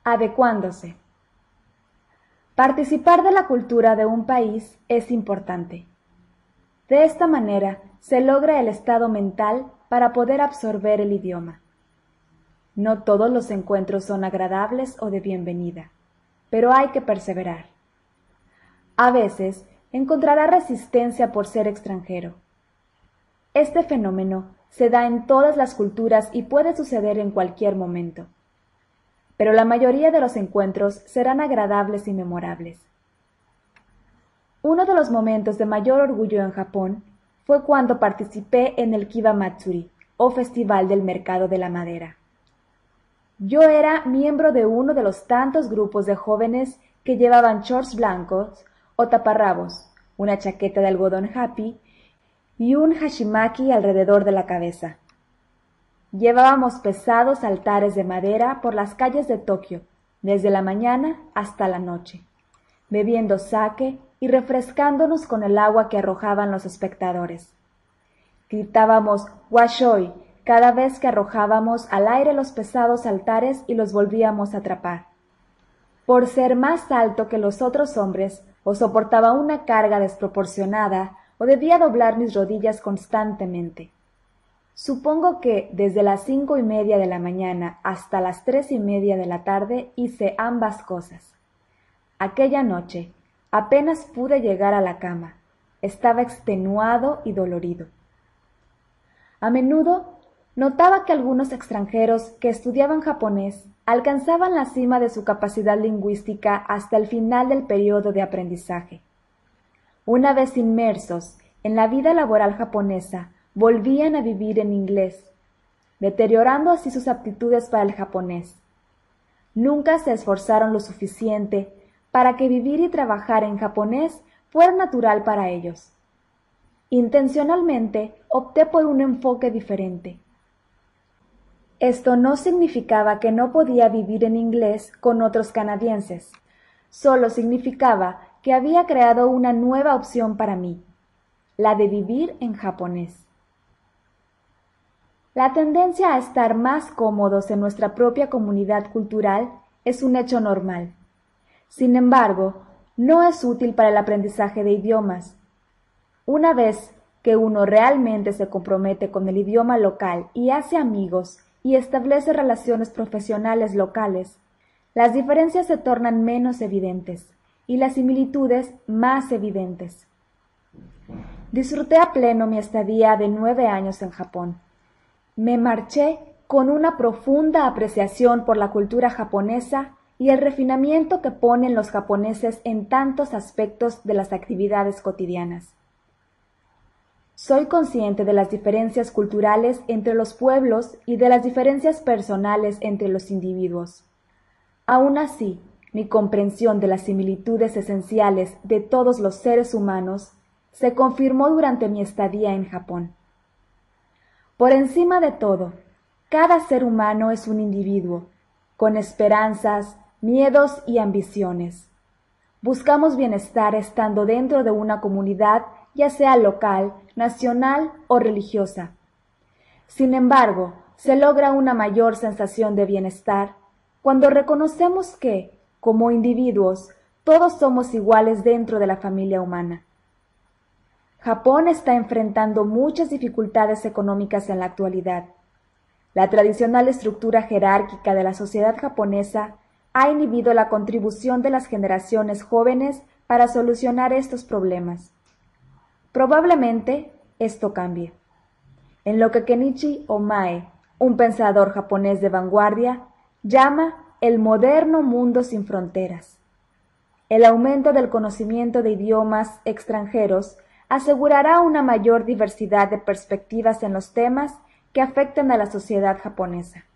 Adecuándose. Participar de la cultura de un país es importante. De esta manera se logra el estado mental para poder absorber el idioma. No todos los encuentros son agradables o de bienvenida, pero hay que perseverar. A veces encontrará resistencia por ser extranjero. Este fenómeno se da en todas las culturas y puede suceder en cualquier momento. Pero la mayoría de los encuentros serán agradables y memorables. Uno de los momentos de mayor orgullo en Japón fue cuando participé en el Kiba Matsuri, o Festival del Mercado de la Madera. Yo era miembro de uno de los tantos grupos de jóvenes que llevaban shorts blancos o taparrabos, una chaqueta de algodón happy y un hashimaki alrededor de la cabeza. Llevábamos pesados altares de madera por las calles de Tokio, desde la mañana hasta la noche, bebiendo sake y refrescándonos con el agua que arrojaban los espectadores. Gritábamos "Washoi" cada vez que arrojábamos al aire los pesados altares y los volvíamos a atrapar. Por ser más alto que los otros hombres, o soportaba una carga desproporcionada, o debía doblar mis rodillas constantemente. Supongo que desde las 5:30 de la mañana hasta las 3:30 de la tarde hice ambas cosas. Aquella noche apenas pude llegar a la cama. Estaba extenuado y dolorido. A menudo notaba que algunos extranjeros que estudiaban japonés alcanzaban la cima de su capacidad lingüística hasta el final del periodo de aprendizaje. Una vez inmersos en la vida laboral japonesa, volvían a vivir en inglés, deteriorando así sus aptitudes para el japonés. Nunca se esforzaron lo suficiente para que vivir y trabajar en japonés fuera natural para ellos. Intencionalmente opté por un enfoque diferente. Esto no significaba que no podía vivir en inglés con otros canadienses, solo significaba que había creado una nueva opción para mí, la de vivir en japonés. La tendencia a estar más cómodos en nuestra propia comunidad cultural es un hecho normal. Sin embargo, no es útil para el aprendizaje de idiomas. Una vez que uno realmente se compromete con el idioma local y hace amigos y establece relaciones profesionales locales, las diferencias se tornan menos evidentes y las similitudes más evidentes. Disfruté a pleno mi estadía de 9 años en Japón. Me marché con una profunda apreciación por la cultura japonesa y el refinamiento que ponen los japoneses en tantos aspectos de las actividades cotidianas. Soy consciente de las diferencias culturales entre los pueblos y de las diferencias personales entre los individuos. Aún así, mi comprensión de las similitudes esenciales de todos los seres humanos se confirmó durante mi estadía en Japón. Por encima de todo, cada ser humano es un individuo, con esperanzas, miedos y ambiciones. Buscamos bienestar estando dentro de una comunidad, ya sea local, nacional o religiosa. Sin embargo, se logra una mayor sensación de bienestar cuando reconocemos que, como individuos, todos somos iguales dentro de la familia humana. Japón está enfrentando muchas dificultades económicas en la actualidad. La tradicional estructura jerárquica de la sociedad japonesa ha inhibido la contribución de las generaciones jóvenes para solucionar estos problemas. Probablemente esto cambie. En lo que Kenichi Omae, un pensador japonés de vanguardia, llama el moderno mundo sin fronteras. El aumento del conocimiento de idiomas extranjeros asegurará una mayor diversidad de perspectivas en los temas que afectan a la sociedad japonesa.